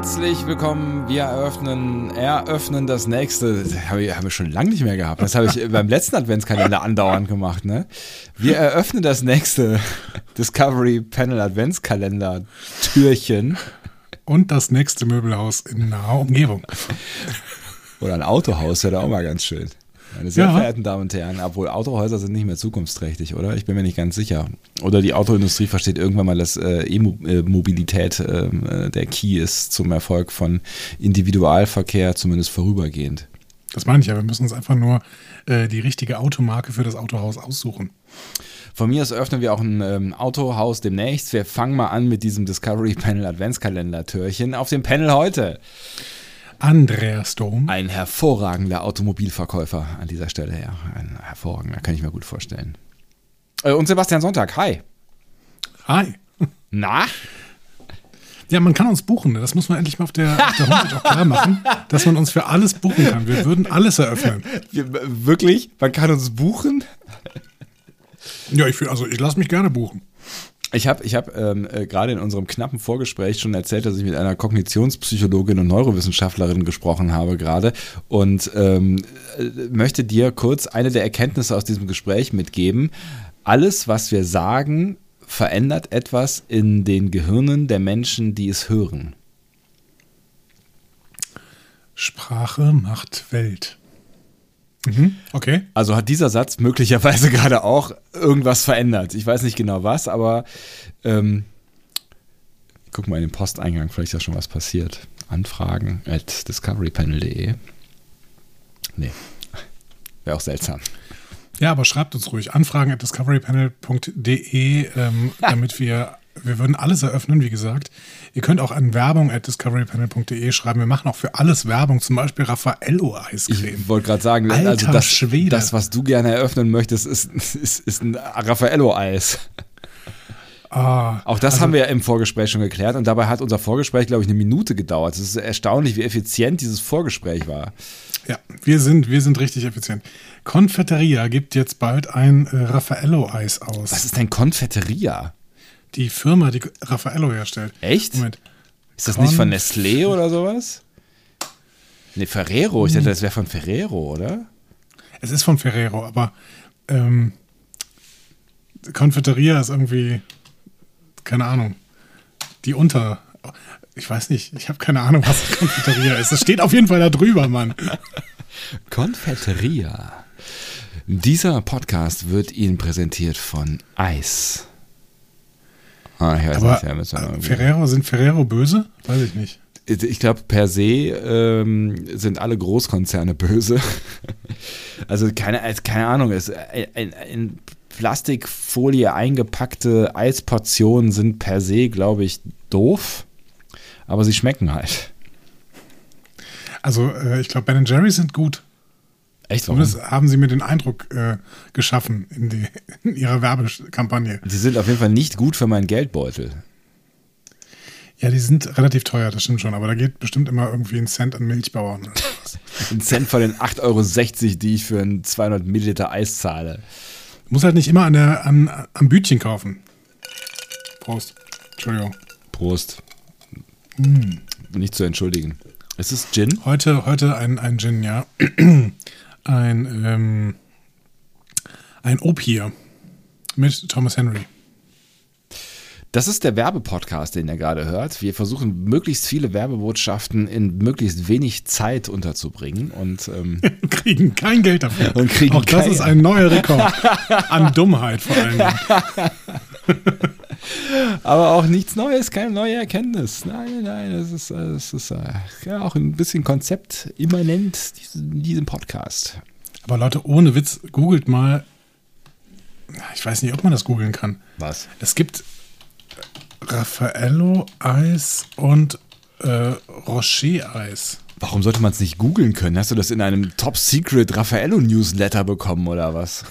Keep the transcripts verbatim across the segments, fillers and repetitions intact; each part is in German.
Herzlich willkommen. Wir eröffnen, eröffnen das nächste. Das habe ich, hab ich schon lange nicht mehr gehabt. Das habe ich beim letzten Adventskalender andauernd gemacht. Ne? Wir eröffnen das nächste Discovery Panel Adventskalender Türchen. Und das nächste Möbelhaus in naher Umgebung. Oder ein Autohaus wäre da auch mal ganz schön. Meine sehr Ja. verehrten Damen und Herren, obwohl Autohäuser sind nicht mehr zukunftsträchtig, oder? Ich bin mir nicht ganz sicher. Oder die Autoindustrie versteht irgendwann mal, dass äh, E-Mobilität äh, der Key ist zum Erfolg von Individualverkehr, zumindest vorübergehend. Das meine ich ja, wir müssen uns einfach nur äh, die richtige Automarke für das Autohaus aussuchen. Von mir aus eröffnen wir auch ein ähm, Autohaus demnächst. Wir fangen mal an mit diesem Discovery Panel Adventskalender-Türchen. Auf dem Panel heute Andreas Dom. ein hervorragender Automobilverkäufer an dieser Stelle, ja. Ein hervorragender, kann ich mir gut vorstellen. Äh, und Sebastian Sonntag, hi. Hi. Na? Ja, man kann uns buchen. Ne? Das muss man endlich mal auf der, auf der Homepage auch klar machen, dass man uns für alles buchen kann. Wir würden alles eröffnen. Wir, wirklich? Man kann uns buchen? Ja, ich, also ich lasse mich gerne buchen. Ich habe ich hab, ähm, äh, gerade in unserem knappen Vorgespräch schon erzählt, dass ich mit einer Kognitionspsychologin und Neurowissenschaftlerin gesprochen habe gerade und ähm, äh, möchte dir kurz eine der Erkenntnisse aus diesem Gespräch mitgeben. Alles, was wir sagen, verändert etwas in den Gehirnen der Menschen, die es hören. Sprache macht Welt. Mhm, okay. Also hat dieser Satz möglicherweise gerade auch irgendwas verändert. Ich weiß nicht genau was, aber ähm, guck mal in den Posteingang, vielleicht ist ja schon was passiert. Anfragen at discoverypanel punkt de. Nee, wäre auch seltsam. Ja, aber schreibt uns ruhig Anfragen at discoverypanel punkt de, ähm, damit wir, wir würden alles eröffnen, wie gesagt. Ihr könnt auch an Werbung at discoverypanel punkt de schreiben. Wir machen auch für alles Werbung, zum Beispiel Raffaello Eiscreme. Ich wollte gerade sagen, Alter also das, Schwede. das, was du gerne eröffnen möchtest, ist, ist, ist ein Raffaello-Eis. Ah, Auch das also, haben wir ja im Vorgespräch schon geklärt und dabei hat unser Vorgespräch, glaube ich, eine Minute gedauert. Es ist erstaunlich, wie effizient dieses Vorgespräch war. Ja, wir sind, wir sind richtig effizient. Confeteria gibt jetzt bald ein äh, Raffaello-Eis aus. Was ist denn Confeteria? Die Firma, die Raffaello herstellt. Echt? Moment. Ist das Conf- nicht von Nestlé oder sowas? Nee, Ferrero. Ich dachte, das wäre von Ferrero, oder? Es ist von Ferrero, aber ähm, Confeteria ist irgendwie, keine Ahnung, die unter... Ich weiß nicht, ich habe keine Ahnung, was Confeteria ist. Das steht auf jeden Fall da drüber, Mann. Confeteria. Dieser Podcast wird Ihnen präsentiert von Eis. Ah, ich weiß Aber nicht, ja, müssen wir äh, irgendwie- Ferrero, sind Ferrero böse? Weiß ich nicht. Ich glaube, per se ähm, sind alle Großkonzerne böse. Also keine, keine Ahnung, es, in, in Plastikfolie eingepackte Eisportionen sind per se, glaube ich, doof. Aber sie schmecken halt. Also äh, ich glaube, Ben Jerry sind gut. Echt, warum? Zumindest haben sie mir den Eindruck äh, geschaffen in, die, in ihrer Werbekampagne. Sie sind auf jeden Fall nicht gut für meinen Geldbeutel. Ja, die sind relativ teuer, das stimmt schon. Aber da geht bestimmt immer irgendwie ein Cent an Milchbauern. Oder sowas. Ein Cent von den acht Euro sechzig, die ich für ein zweihundert Milliliter Eis zahle. Muss halt nicht immer an der, an, am Bütchen kaufen. Prost. Entschuldigung. Prost. Mm. Nicht zu entschuldigen. Ist es Gin? Heute, heute ein, ein Gin, ja. ein, ähm, ein Opier mit Thomas Henry. Das ist der Werbepodcast, den ihr gerade hört. Wir versuchen, möglichst viele Werbebotschaften in möglichst wenig Zeit unterzubringen und ähm, kriegen kein Geld dafür. Und kriegen Auch das kein- ist ein neuer Rekord. An Dummheit vor allen Dingen. aber auch nichts Neues, keine neue Erkenntnis. Nein, nein, das ist, das ist äh, ja, auch ein bisschen konzeptimmanent in diesem Podcast. Aber Leute, ohne Witz, googelt mal. Ich weiß nicht, ob man das googeln kann. Was? Es gibt Raffaello-Eis und äh, Rocher-Eis. Warum sollte man es nicht googeln können? Hast du das in einem Top-Secret Raffaello-Newsletter bekommen oder was?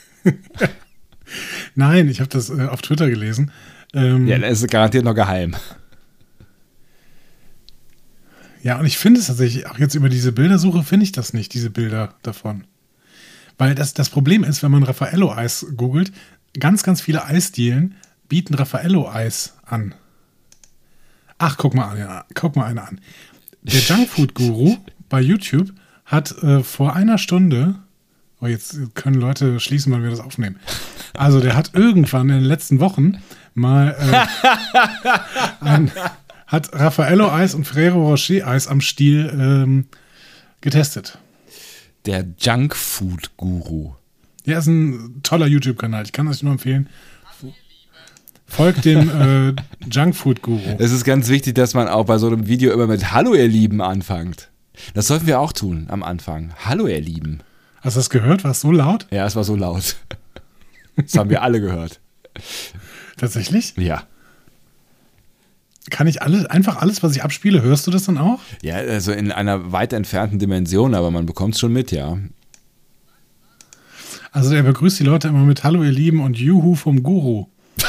Nein, ich habe das äh, auf Twitter gelesen. Ähm, Ja, das ist garantiert noch geheim. Ja, und ich finde es tatsächlich, auch jetzt über diese Bildersuche finde ich das nicht, diese Bilder davon. Weil das, das Problem ist, wenn man Raffaello-Eis googelt, ganz, ganz viele Eisdielen bieten Raffaello-Eis an. Ach, guck mal an, ja, guck mal einer an. Der Junkfood-Guru bei YouTube hat äh, vor einer Stunde, oh, jetzt können Leute schließen, weil wir das aufnehmen. Also der hat irgendwann in den letzten Wochen mal äh, ein, hat Raffaello Eis und Ferrero Rocher Eis am Stiel ähm, getestet. Der Junkfood-Guru. Ja, ist ein toller YouTube-Kanal. Ich kann euch nur empfehlen. Folgt dem äh, Junkfood-Guru. Es ist ganz wichtig, dass man auch bei so einem Video immer mit Hallo, ihr Lieben anfängt. Das sollten wir auch tun am Anfang. Hallo, ihr Lieben. Hast du das gehört? War es so laut? Ja, es war so laut. Das haben wir alle gehört. Tatsächlich? Ja. Kann ich alles, einfach alles, was ich abspiele, hörst du das dann auch? Ja, also in einer weit entfernten Dimension, aber man bekommt es schon mit, ja. Also er begrüßt die Leute immer mit Hallo, ihr Lieben und Juhu vom Guru.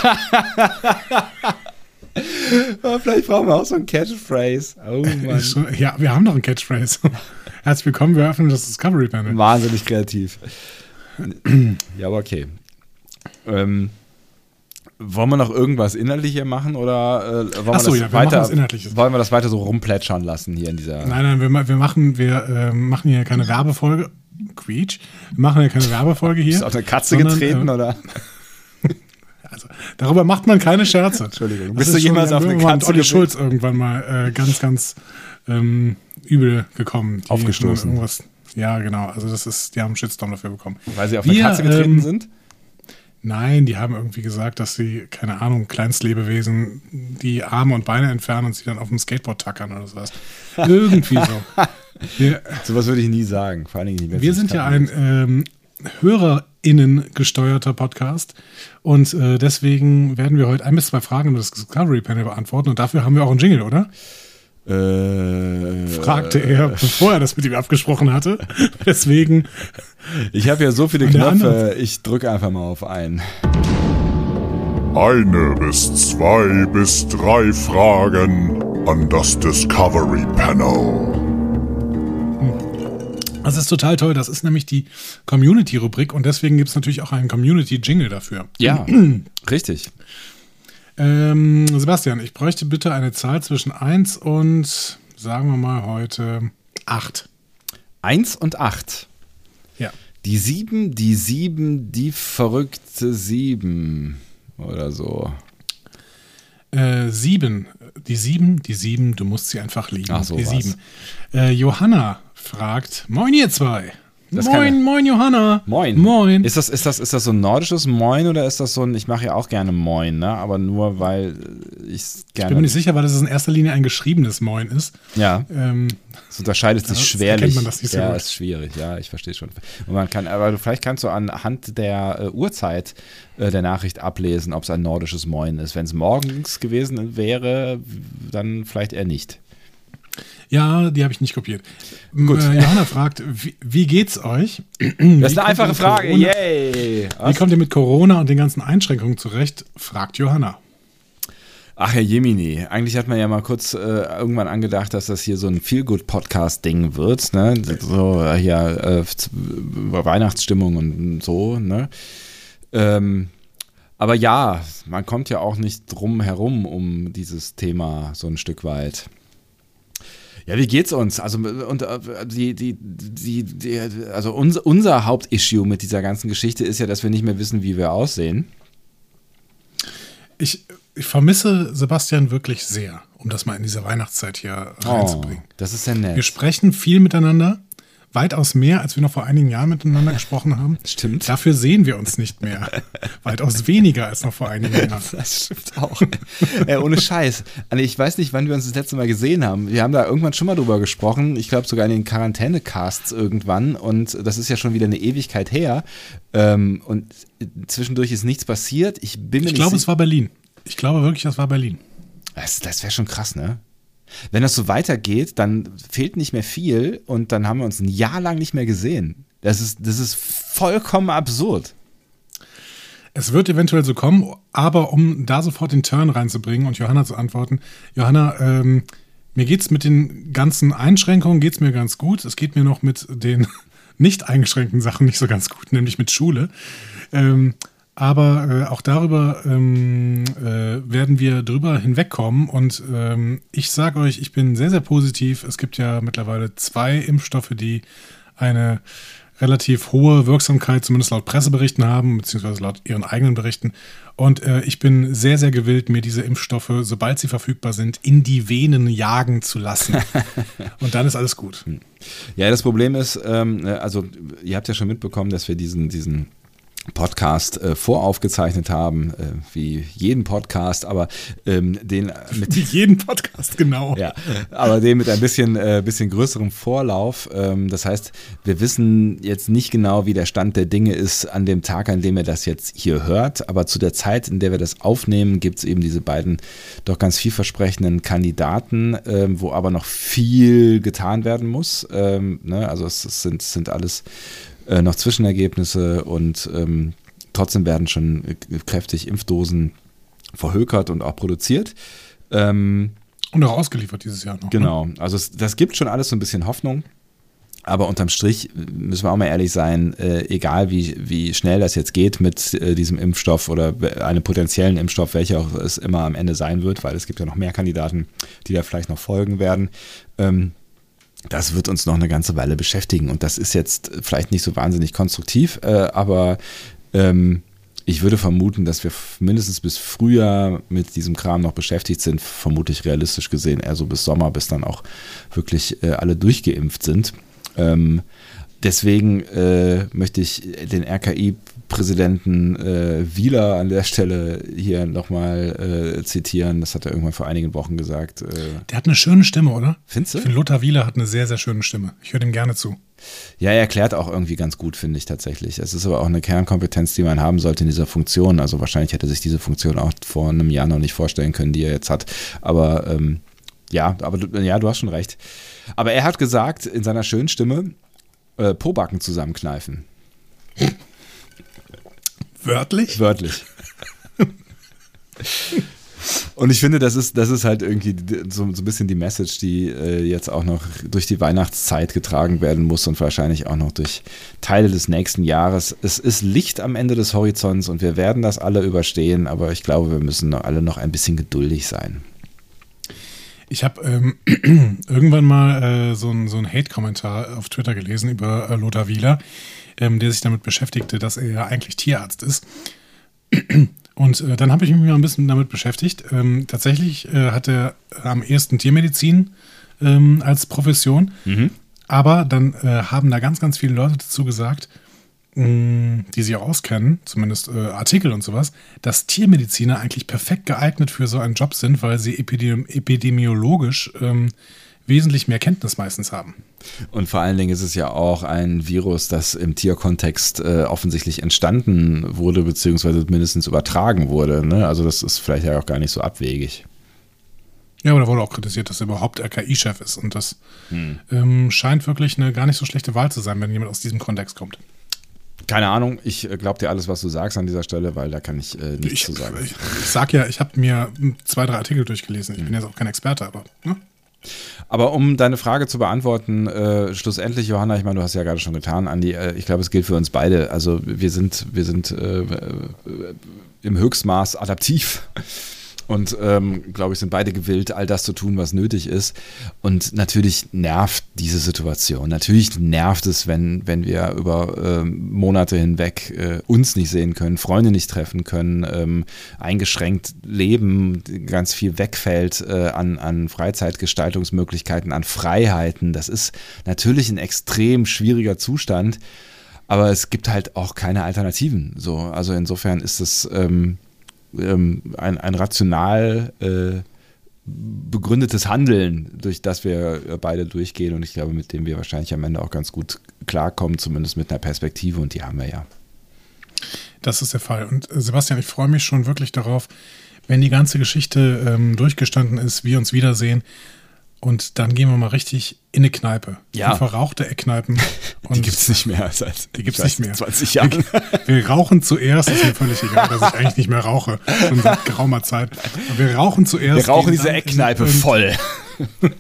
Oh, vielleicht brauchen wir auch so ein Catchphrase. Oh Mann. Ja, wir haben noch ein Catchphrase. Herzlich willkommen, wir öffnen das Discovery Panel. Wahnsinnig kreativ. Ja, aber okay. Ähm, wollen wir noch irgendwas Inhaltlicher machen oder äh, wollen, Ach so, wir das ja, wir weiter, machen was Inhaltliches. wollen wir das weiter so rumplätschern lassen hier in dieser... Nein, nein, wir, wir, machen, wir äh, machen hier keine Werbefolge. Quietsch. Wir machen hier keine Werbefolge hier. Ist auf eine Katze sondern, getreten, äh, oder? Also, darüber macht man keine Scherze. Entschuldigung. Das Bist du jemals auf eine Katze Olli getreten? Schulz irgendwann mal äh, ganz, ganz ähm, übel gekommen. Die Aufgestoßen. Irgendwas, ja, genau. Also das ist, die haben einen Shitstorm dafür bekommen. Weil sie auf Wir, eine Katze getreten ähm, sind? Nein, die haben irgendwie gesagt, dass sie, keine Ahnung, Kleinstlebewesen die Arme und Beine entfernen und sie dann auf dem Skateboard tackern oder sowas. Irgendwie so. Wir, Sowas würde ich nie sagen. Vor allen Dingen nicht, wir sind ja ein ähm, HörerInnen gesteuerter Podcast und äh, deswegen werden wir heute ein bis zwei Fragen über das Discovery Panel beantworten und dafür haben wir auch einen Jingle, oder? Äh, Fragte er, bevor er das mit ihm abgesprochen hatte. Deswegen. Ich habe ja so viele Und der Knöpfe, andere- ich drücke einfach mal auf einen. Eine bis zwei bis drei Fragen an das Discovery Panel. Das ist total toll. Das ist nämlich die Community-Rubrik und deswegen gibt es natürlich auch einen Community-Jingle dafür. Ja, richtig. Ähm, Sebastian, ich bräuchte bitte eine Zahl zwischen eins und, sagen wir mal heute, acht. Eins und acht. Ja. Die sieben, die sieben, die verrückte sieben. Oder so. Äh, sieben. Die sieben, die sieben, du musst sie einfach lieben. Ach, so die war's. sieben. Äh, Johanna fragt, moin ihr zwei. Das kann Moin, er. moin Johanna. Moin. Moin. Ist das, ist, das, ist das so ein nordisches Moin oder ist das so ein, ich mache ja auch gerne Moin, ne? Aber nur weil ich es Ich gerne. bin mir nicht sicher, weil das in erster Linie ein geschriebenes Moin ist. Ja, Ähm, es unterscheidet sich Ja, das schwerlich. erkennt man das nicht so ja, gut. ist schwierig, ja, ich verstehe schon. Und man kann, aber vielleicht kannst du anhand der äh, Uhrzeit äh, der Nachricht ablesen, ob es ein nordisches Moin ist. Wenn es morgens gewesen wäre, dann vielleicht eher nicht. ja, die habe ich nicht kopiert. Gut. Äh, Johanna fragt, wie, wie geht's euch? Das ist eine einfache Frage, yay! Wie kommt ihr mit Corona und den ganzen Einschränkungen zurecht? Fragt Johanna. Ach, Herr Jemini, eigentlich hat man ja mal kurz äh, irgendwann angedacht, dass das hier so ein Feel-Good-Podcast-Ding wird, ne? So, äh, ja, äh, z- Weihnachtsstimmung und so, ne? Ähm, aber ja, man kommt ja auch nicht drum herum um dieses Thema so ein Stück weit. Ja, wie geht's uns? Also, und, äh, die, die, die, die, also unser, unser Hauptissue mit dieser ganzen Geschichte ist ja, dass wir nicht mehr wissen, wie wir aussehen. Ich, ich vermisse Sebastian wirklich sehr, um das mal in diese Weihnachtszeit hier reinzubringen. Oh, das ist ja nett. Wir sprechen viel miteinander, weitaus mehr, als wir noch vor einigen Jahren miteinander gesprochen haben. Stimmt. Dafür sehen wir uns nicht mehr. Weitaus weniger als noch vor einigen Jahren. Das stimmt auch. Ey, ohne Scheiß. Also ich weiß nicht, wann wir uns das letzte Mal gesehen haben. Wir haben da irgendwann schon mal drüber gesprochen. Ich glaube sogar in den Quarantäne-Casts irgendwann. Und das ist ja schon wieder eine Ewigkeit her. Ähm, und zwischendurch ist nichts passiert. Ich bin mir Ich nicht glaube, sicher. es war Berlin. Ich glaube wirklich, das war Berlin. Das, das wäre schon krass, ne? Wenn das so weitergeht, dann fehlt nicht mehr viel und dann haben wir uns ein Jahr lang nicht mehr gesehen. Das ist, das ist vollkommen absurd. Es wird eventuell so kommen, aber um da sofort den Turn reinzubringen und Johanna zu antworten, Johanna, ähm, mir geht's mit den ganzen Einschränkungen geht's mir ganz gut. Es geht mir noch mit den nicht eingeschränkten Sachen nicht so ganz gut, nämlich mit Schule. Ähm, Aber äh, auch darüber ähm, äh, werden wir drüber hinwegkommen. Und ähm, ich sage euch, ich bin sehr, sehr positiv. Es gibt ja mittlerweile zwei Impfstoffe, die eine relativ hohe Wirksamkeit, zumindest laut Presseberichten haben, beziehungsweise laut ihren eigenen Berichten. Und äh, ich bin sehr, sehr gewillt, mir diese Impfstoffe, sobald sie verfügbar sind, in die Venen jagen zu lassen. Und dann ist alles gut. Ja, das Problem ist, ähm, also ihr habt ja schon mitbekommen, dass wir diesen, diesen Podcast äh, voraufgezeichnet haben, äh, wie jeden Podcast, aber ähm, den mit wie jeden Podcast, genau. Ja, aber den mit ein bisschen, äh, bisschen größerem Vorlauf. Ähm, das heißt, wir wissen jetzt nicht genau, wie der Stand der Dinge ist an dem Tag, an dem ihr das jetzt hier hört, aber zu der Zeit, in der wir das aufnehmen, gibt es eben diese beiden doch ganz vielversprechenden Kandidaten, ähm, wo aber noch viel getan werden muss. Ähm, ne? Also es, es sind, sind alles Äh, noch Zwischenergebnisse und ähm, trotzdem werden schon äh, kräftig Impfdosen verhökert und auch produziert. Ähm, und auch ausgeliefert dieses Jahr noch. Genau, ne? also es, das gibt schon alles so ein bisschen Hoffnung, aber unterm Strich müssen wir auch mal ehrlich sein, äh, egal wie, wie schnell das jetzt geht mit äh, diesem Impfstoff oder einem potenziellen Impfstoff, welcher auch es immer am Ende sein wird, weil es gibt ja noch mehr Kandidaten, die da vielleicht noch folgen werden, ähm, das wird uns noch eine ganze Weile beschäftigen und das ist jetzt vielleicht nicht so wahnsinnig konstruktiv, äh, aber ähm, ich würde vermuten, dass wir mindestens bis Frühjahr mit diesem Kram noch beschäftigt sind, vermutlich realistisch gesehen eher so bis Sommer, bis dann auch wirklich äh, alle durchgeimpft sind. Ähm, deswegen äh, möchte ich den R K I-Präsidenten äh, Wieler an der Stelle hier nochmal äh, zitieren. Das hat er irgendwann vor einigen Wochen gesagt. Äh, Der hat eine schöne Stimme, oder? Findest du? Ich finde, Lothar Wieler hat eine sehr, sehr schöne Stimme. Ich höre dem gerne zu. Ja, er erklärt auch irgendwie ganz gut, finde ich tatsächlich. Es ist aber auch eine Kernkompetenz, die man haben sollte in dieser Funktion. Also wahrscheinlich hätte sich diese Funktion auch vor einem Jahr noch nicht vorstellen können, die er jetzt hat. Aber ähm, ja, aber du, ja, du hast schon recht. Aber er hat gesagt in seiner schönen Stimme, äh, Pobacken zusammenkneifen. Wörtlich? Wörtlich. Und ich finde, das ist, das ist halt irgendwie so, so ein bisschen die Message, die äh, jetzt auch noch durch die Weihnachtszeit getragen werden muss und wahrscheinlich auch noch durch Teile des nächsten Jahres. Es ist Licht am Ende des Horizonts und wir werden das alle überstehen, aber ich glaube, wir müssen noch alle noch ein bisschen geduldig sein. Ich habe ähm, irgendwann mal äh, so einen so ein Hate-Kommentar auf Twitter gelesen über äh, Lothar Wieler, ähm, der sich damit beschäftigte, dass er ja eigentlich Tierarzt ist. Und äh, dann habe ich mich mal ein bisschen damit beschäftigt. Ähm, tatsächlich äh, hat er am ehesten Tiermedizin ähm, als Profession. Mhm. Aber dann äh, haben da ganz, ganz viele Leute dazu gesagt, mh, die sich auch auskennen, zumindest äh, Artikel und sowas, dass Tiermediziner eigentlich perfekt geeignet für so einen Job sind, weil sie epidemi- epidemiologisch ähm, wesentlich mehr Kenntnis meistens haben. Und vor allen Dingen ist es ja auch ein Virus, das im Tierkontext äh, offensichtlich entstanden wurde, beziehungsweise mindestens übertragen wurde. Ne? Also das ist vielleicht ja auch gar nicht so abwegig. Ja, aber da wurde auch kritisiert, dass er überhaupt R K I-Chef ist. Und das hm. ähm, scheint wirklich eine gar nicht so schlechte Wahl zu sein, wenn jemand aus diesem Kontext kommt. Keine Ahnung, ich äh, glaube dir alles, was du sagst an dieser Stelle, weil da kann ich äh, nichts ich, zu sagen. Ich, ich sag ja, ich habe mir zwei, drei Artikel durchgelesen. Ich hm. bin jetzt auch kein Experte, aber... Ne? Aber um deine Frage zu beantworten, äh, schlussendlich, Johanna, ich meine, du hast ja gerade schon getan, Andi, äh, ich glaube, es gilt für uns beide. Also wir sind, wir sind äh, äh, im Höchstmaß adaptiv und, ähm, glaube ich, sind beide gewillt, all das zu tun, was nötig ist. Und natürlich nervt diese Situation. Natürlich nervt es, wenn, wenn wir über äh, Monate hinweg äh, uns nicht sehen können, Freunde nicht treffen können, ähm, eingeschränkt leben, ganz viel wegfällt äh, an, an Freizeitgestaltungsmöglichkeiten, an Freiheiten. Das ist natürlich ein extrem schwieriger Zustand, aber es gibt halt auch keine Alternativen. So, also insofern ist es ähm, ähm, ein, ein rational äh, begründetes Handeln, durch das wir beide durchgehen und ich glaube, mit dem wir wahrscheinlich am Ende auch ganz gut klarkommen, zumindest mit einer Perspektive und die haben wir ja. Das ist der Fall. Und Sebastian, ich freue mich schon wirklich darauf, wenn die ganze Geschichte ähm, durchgestanden ist, wir uns wiedersehen und dann gehen wir mal richtig in eine Kneipe. Ja. In verrauchte Eckkneipen. Und die gibt es nicht mehr seit die gibt's nicht mehr. zwanzig Jahren. Wir, wir rauchen zuerst, ist mir völlig egal, dass ich eigentlich nicht mehr rauche, schon seit geraumer Zeit. Aber wir rauchen zuerst. Wir rauchen diese Eckkneipe voll.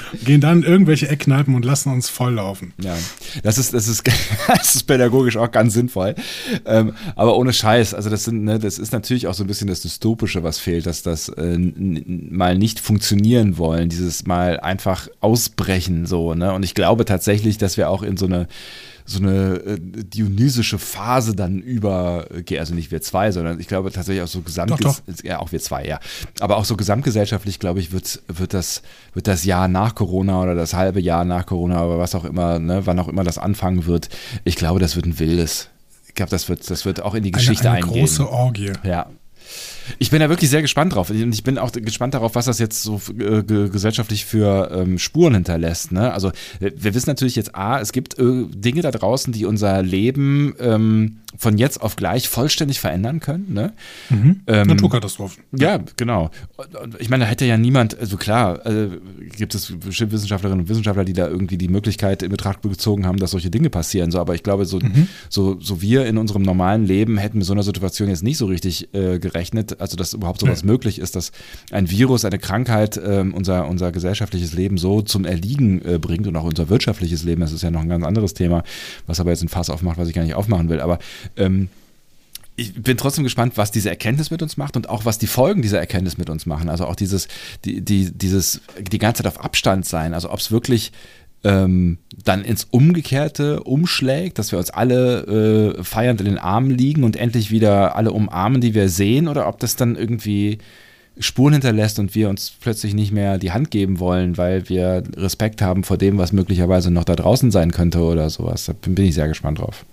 Gehen dann in irgendwelche Eckkneipen und lassen uns volllaufen. Ja, das ist, das ist, das ist pädagogisch auch ganz sinnvoll. Ähm, aber ohne Scheiß, also das sind, ne, das ist natürlich auch so ein bisschen das Dystopische, was fehlt, dass das äh, n- mal nicht funktionieren wollen, dieses mal einfach ausbrechen, so, ne? Und ich glaube tatsächlich, dass wir auch in so eine so eine äh, dionysische Phase dann übergehen, also nicht wir zwei, sondern ich glaube tatsächlich auch so gesamt, doch, doch. ja auch wir zwei, ja, aber auch so gesamtgesellschaftlich, glaube ich, wird wird das wird das Jahr nach Corona oder das halbe Jahr nach Corona oder was auch immer, ne, wann auch immer das anfangen wird, ich glaube, das wird ein wildes. Ich glaube, das wird das wird auch in die Geschichte eine, eine eingehen. Eine große Orgie. Ja. Ich bin da wirklich sehr gespannt drauf und ich bin auch gespannt darauf, was das jetzt so äh, ge- gesellschaftlich für ähm, Spuren hinterlässt. Ne? Also wir, wir wissen natürlich jetzt, A, es gibt äh, Dinge da draußen, die unser Leben ähm, von jetzt auf gleich vollständig verändern können. Ne? Mhm. Ähm, Naturkatastrophen. Ja, genau. Und, und ich meine, da hätte ja niemand, also klar, äh, gibt es bestimmt Wissenschaftlerinnen und Wissenschaftler, die da irgendwie die Möglichkeit in Betracht gezogen haben, dass solche Dinge passieren. So, aber ich glaube, so, mhm. so, so wir in unserem normalen Leben hätten mit so einer Situation jetzt nicht so richtig äh, gerechnet, also dass überhaupt sowas ja. möglich ist, dass ein Virus, eine Krankheit äh, unser, unser gesellschaftliches Leben so zum Erliegen äh, bringt und auch unser wirtschaftliches Leben, das ist ja noch ein ganz anderes Thema, was aber jetzt ein Fass aufmacht, was ich gar nicht aufmachen will, aber ähm, ich bin trotzdem gespannt, was diese Erkenntnis mit uns macht und auch was die Folgen dieser Erkenntnis mit uns machen, also auch dieses, die, die, dieses die ganze Zeit auf Abstand sein, also ob es wirklich Ähm, dann ins Umgekehrte umschlägt, dass wir uns alle äh, feiernd in den Armen liegen und endlich wieder alle umarmen, die wir sehen, oder ob das dann irgendwie Spuren hinterlässt und wir uns plötzlich nicht mehr die Hand geben wollen, weil wir Respekt haben vor dem, was möglicherweise noch da draußen sein könnte oder sowas. Da bin ich sehr gespannt drauf.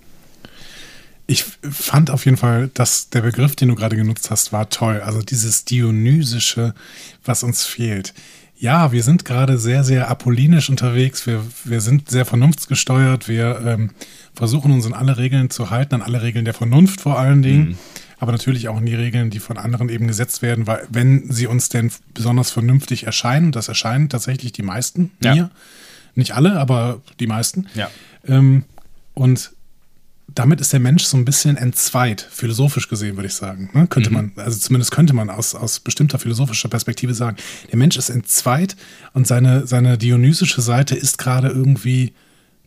Ich fand auf jeden Fall, dass der Begriff, den du gerade genutzt hast, war toll. Also dieses Dionysische, was uns fehlt. Ja, wir sind gerade sehr, sehr apollinisch unterwegs. Wir, wir sind sehr vernunftsgesteuert. Wir ähm, versuchen uns an alle Regeln zu halten, an alle Regeln der Vernunft vor allen Dingen. Mhm. Aber natürlich auch an die Regeln, die von anderen eben gesetzt werden, weil wenn sie uns denn besonders vernünftig erscheinen, das erscheinen tatsächlich die meisten, ja. mir. Nicht alle, aber die meisten. Ja. Ähm, und damit ist der Mensch so ein bisschen entzweit, philosophisch gesehen, würde ich sagen. Ne? Könnte mhm. man, also zumindest könnte man aus, aus bestimmter philosophischer Perspektive sagen, der Mensch ist entzweit und seine, seine dionysische Seite ist gerade irgendwie,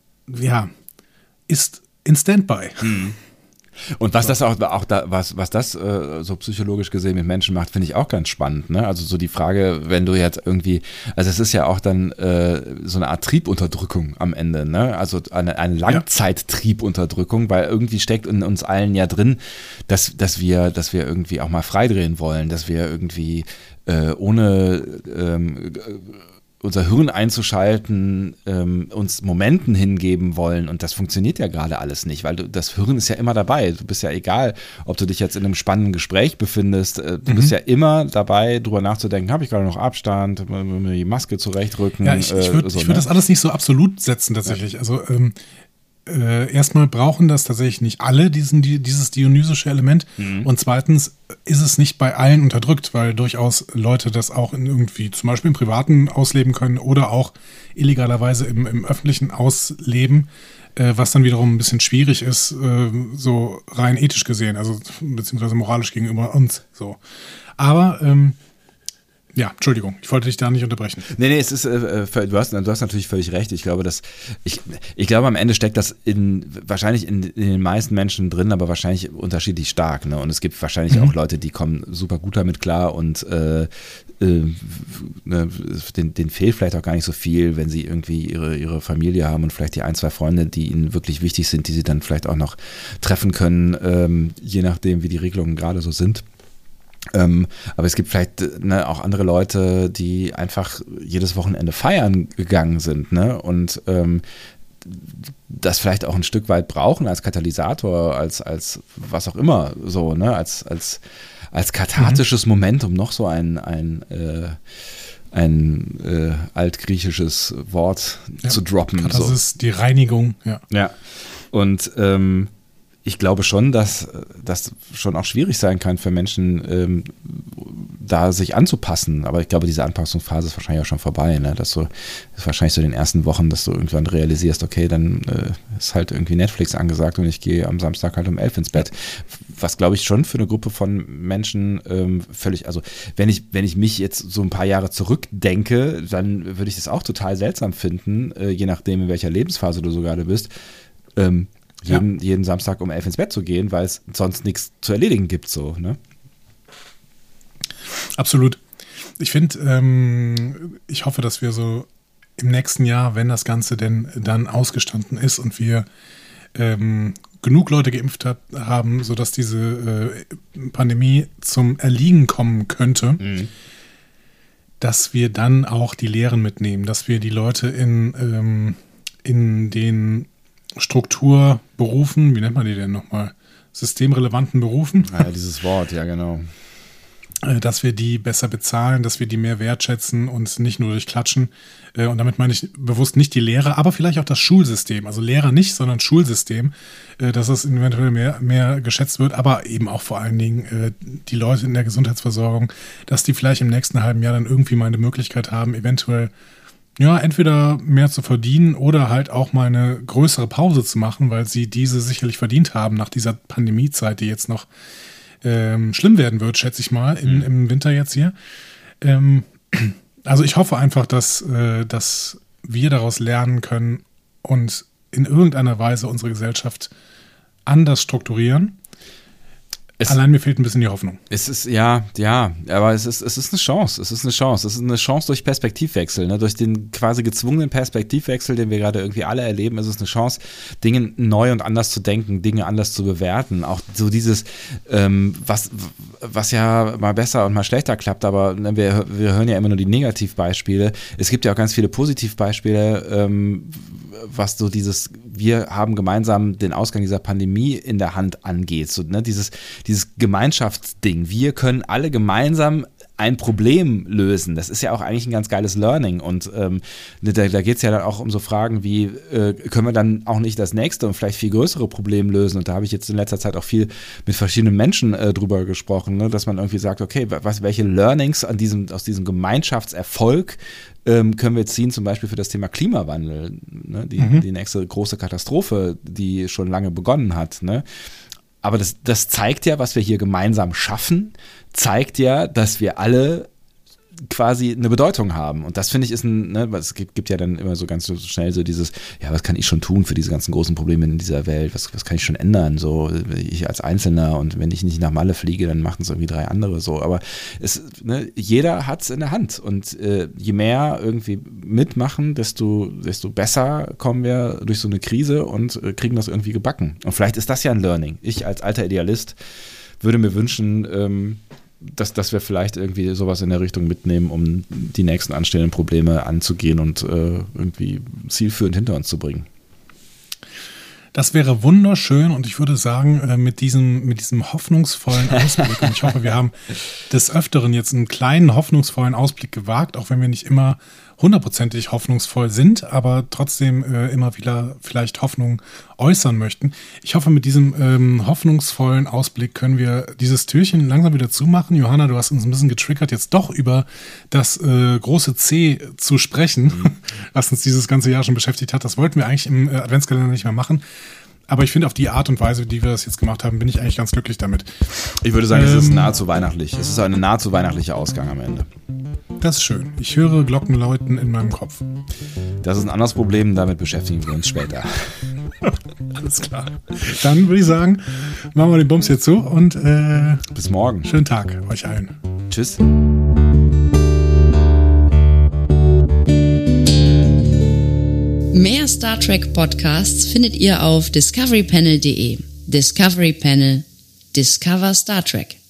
ja, ist in Standby. Mhm. Und was das auch, auch da, was, was das äh, so psychologisch gesehen mit Menschen macht, finde ich auch ganz spannend. Ne? Also so die Frage, wenn du jetzt irgendwie, also es ist ja auch dann äh, so eine Art Triebunterdrückung am Ende, ne? Also eine, eine Langzeit-Triebunterdrückung, weil irgendwie steckt in uns allen ja drin, dass, dass wir, dass wir irgendwie auch mal freidrehen wollen, dass wir irgendwie äh, ohne ähm, unser Hirn einzuschalten, ähm, uns Momenten hingeben wollen, und das funktioniert ja gerade alles nicht, weil du, das Hirn ist ja immer dabei. Du bist ja egal, ob du dich jetzt in einem spannenden Gespräch befindest, äh, du mhm. bist ja immer dabei, drüber nachzudenken, habe ich gerade noch Abstand, mir die Maske zurechtrücken. Ja, ich, ich würde so, ich würd ne? das alles nicht so absolut setzen tatsächlich. Ja. Also ähm, äh, erstmal brauchen das tatsächlich nicht alle, diesen, die, dieses dionysische Element. Mhm. Und zweitens ist es nicht bei allen unterdrückt, weil durchaus Leute das auch in irgendwie zum Beispiel im Privaten ausleben können oder auch illegalerweise im, im Öffentlichen ausleben, äh, was dann wiederum ein bisschen schwierig ist, äh, so rein ethisch gesehen, also beziehungsweise moralisch gegenüber uns. So. Aber ähm, ja, Entschuldigung, ich wollte dich da nicht unterbrechen. Nee, nee, es ist, äh, du, hast, du hast natürlich völlig recht. Ich glaube, dass, ich, ich glaube, am Ende steckt das in, wahrscheinlich in, in den meisten Menschen drin, aber wahrscheinlich unterschiedlich stark. Ne? Und es gibt wahrscheinlich mhm. auch Leute, die kommen super gut damit klar und äh, äh, ne, den, denen fehlt vielleicht auch gar nicht so viel, wenn sie irgendwie ihre, ihre Familie haben und vielleicht die ein, zwei Freunde, die ihnen wirklich wichtig sind, die sie dann vielleicht auch noch treffen können, ähm, je nachdem, wie die Regelungen gerade so sind. Ähm, aber es gibt vielleicht ne, auch andere Leute, die einfach jedes Wochenende feiern gegangen sind, ne? Und ähm, das vielleicht auch ein Stück weit brauchen als Katalysator, als, als was auch immer, so, ne? Als, als, als kathartisches mhm. Moment, um noch so ein, ein, äh, ein äh, altgriechisches Wort ja, zu droppen. Das so. ist die Reinigung, ja. Ja. Und ähm, ich glaube schon, dass das schon auch schwierig sein kann für Menschen, ähm, da sich anzupassen. Aber ich glaube, diese Anpassungsphase ist wahrscheinlich auch schon vorbei. Ne? Dass du, das ist wahrscheinlich so in den ersten Wochen, dass du irgendwann realisierst, okay, dann äh, ist halt irgendwie Netflix angesagt und ich gehe am Samstag halt um elf ins Bett. Was, glaube ich, schon für eine Gruppe von Menschen ähm, völlig, also wenn ich, wenn ich mich jetzt so ein paar Jahre zurückdenke, dann würde ich das auch total seltsam finden, äh, je nachdem, in welcher Lebensphase du so gerade bist, ähm, Jeden, ja. jeden Samstag um elf ins Bett zu gehen, weil es sonst nichts zu erledigen gibt. So, ne? Absolut. Ich finde, ähm, ich hoffe, dass wir so im nächsten Jahr, wenn das Ganze denn dann ausgestanden ist und wir ähm, genug Leute geimpft hat, haben, sodass diese äh, Pandemie zum Erliegen kommen könnte, mhm. dass wir dann auch die Lehren mitnehmen, dass wir die Leute in, ähm, in den Strukturberufen, wie nennt man die denn nochmal? Systemrelevanten Berufen. Ja, dieses Wort, ja genau. Dass wir die besser bezahlen, dass wir die mehr wertschätzen und nicht nur durch Klatschen. Und damit meine ich bewusst nicht die Lehrer, aber vielleicht auch das Schulsystem. Also Lehrer nicht, sondern Schulsystem, dass es eventuell mehr, mehr geschätzt wird, aber eben auch vor allen Dingen die Leute in der Gesundheitsversorgung, dass die vielleicht im nächsten halben Jahr dann irgendwie mal eine Möglichkeit haben, eventuell ja, entweder mehr zu verdienen oder halt auch mal eine größere Pause zu machen, weil sie diese sicherlich verdient haben nach dieser Pandemiezeit, die jetzt noch ähm, schlimm werden wird, schätze ich mal, in, mhm. im Winter jetzt hier. Ähm, also ich hoffe einfach, dass, äh, dass wir daraus lernen können und in irgendeiner Weise unsere Gesellschaft anders strukturieren. Es, Allein mir fehlt ein bisschen die Hoffnung. Es ist, ja, ja, aber es ist, es ist eine Chance. Es ist eine Chance. Es ist eine Chance durch Perspektivwechsel, ne? Durch den quasi gezwungenen Perspektivwechsel, den wir gerade irgendwie alle erleben, ist es eine Chance, Dinge neu und anders zu denken, Dinge anders zu bewerten. Auch so dieses, ähm, was, was ja mal besser und mal schlechter klappt, aber ne, wir, wir hören ja immer nur die Negativbeispiele. Es gibt ja auch ganz viele Positivbeispiele, ähm, was so dieses, wir haben gemeinsam den Ausgang dieser Pandemie in der Hand angeht. So, ne, dieses, dieses Gemeinschaftsding. Wir können alle gemeinsam ein Problem lösen. Das ist ja auch eigentlich ein ganz geiles Learning. Und ähm, da, da geht es ja dann auch um so Fragen wie, äh, können wir dann auch nicht das nächste und vielleicht viel größere Problem lösen? Und da habe ich jetzt in letzter Zeit auch viel mit verschiedenen Menschen äh, drüber gesprochen, ne? Dass man irgendwie sagt, okay, was, welche Learnings an diesem, aus diesem Gemeinschaftserfolg ähm, können wir ziehen, zum Beispiel für das Thema Klimawandel, ne? die, mhm. die nächste große Katastrophe, die schon lange begonnen hat, ne? Aber das, das zeigt ja, was wir hier gemeinsam schaffen, zeigt ja, dass wir alle quasi eine Bedeutung haben. Und das finde ich ist ein, ne, es gibt, gibt ja dann immer so ganz so schnell so dieses, ja, was kann ich schon tun für diese ganzen großen Probleme in dieser Welt? Was, was kann ich schon ändern? So, ich als Einzelner, und wenn ich nicht nach Malle fliege, dann machen es irgendwie drei andere so. Aber es, ne, jeder hat es in der Hand. Und äh, je mehr irgendwie mitmachen, desto, desto besser kommen wir durch so eine Krise und äh, kriegen das irgendwie gebacken. Und vielleicht ist das ja ein Learning. Ich als alter Idealist würde mir wünschen, ähm, Dass, dass wir vielleicht irgendwie sowas in der Richtung mitnehmen, um die nächsten anstehenden Probleme anzugehen und äh, irgendwie zielführend hinter uns zu bringen. Das wäre wunderschön, und ich würde sagen, äh, mit diesem, mit diesem hoffnungsvollen Ausblick, und ich hoffe, wir haben des Öfteren jetzt einen kleinen hoffnungsvollen Ausblick gewagt, auch wenn wir nicht immer hundertprozentig hoffnungsvoll sind, aber trotzdem äh, immer wieder vielleicht Hoffnung äußern möchten. Ich hoffe, mit diesem ähm, hoffnungsvollen Ausblick können wir dieses Türchen langsam wieder zumachen. Johanna, du hast uns ein bisschen getriggert, jetzt doch über das äh, große C zu sprechen, mhm. was uns dieses ganze Jahr schon beschäftigt hat. Das wollten wir eigentlich im äh, Adventskalender nicht mehr machen. Aber ich finde, auf die Art und Weise, wie wir das jetzt gemacht haben, bin ich eigentlich ganz glücklich damit. Ich würde sagen, ähm, es ist nahezu weihnachtlich. Es ist ein nahezu weihnachtlicher Ausgang am Ende. Das ist schön. Ich höre Glockenläuten in meinem Kopf. Das ist ein anderes Problem, damit beschäftigen wir uns später. Alles klar. Dann würde ich sagen, machen wir den Bums jetzt zu und äh, bis morgen. Schönen Tag euch allen. Tschüss. Mehr Star Trek Podcasts findet ihr auf discovery panel punkt de. Discovery Panel. Discover Star Trek.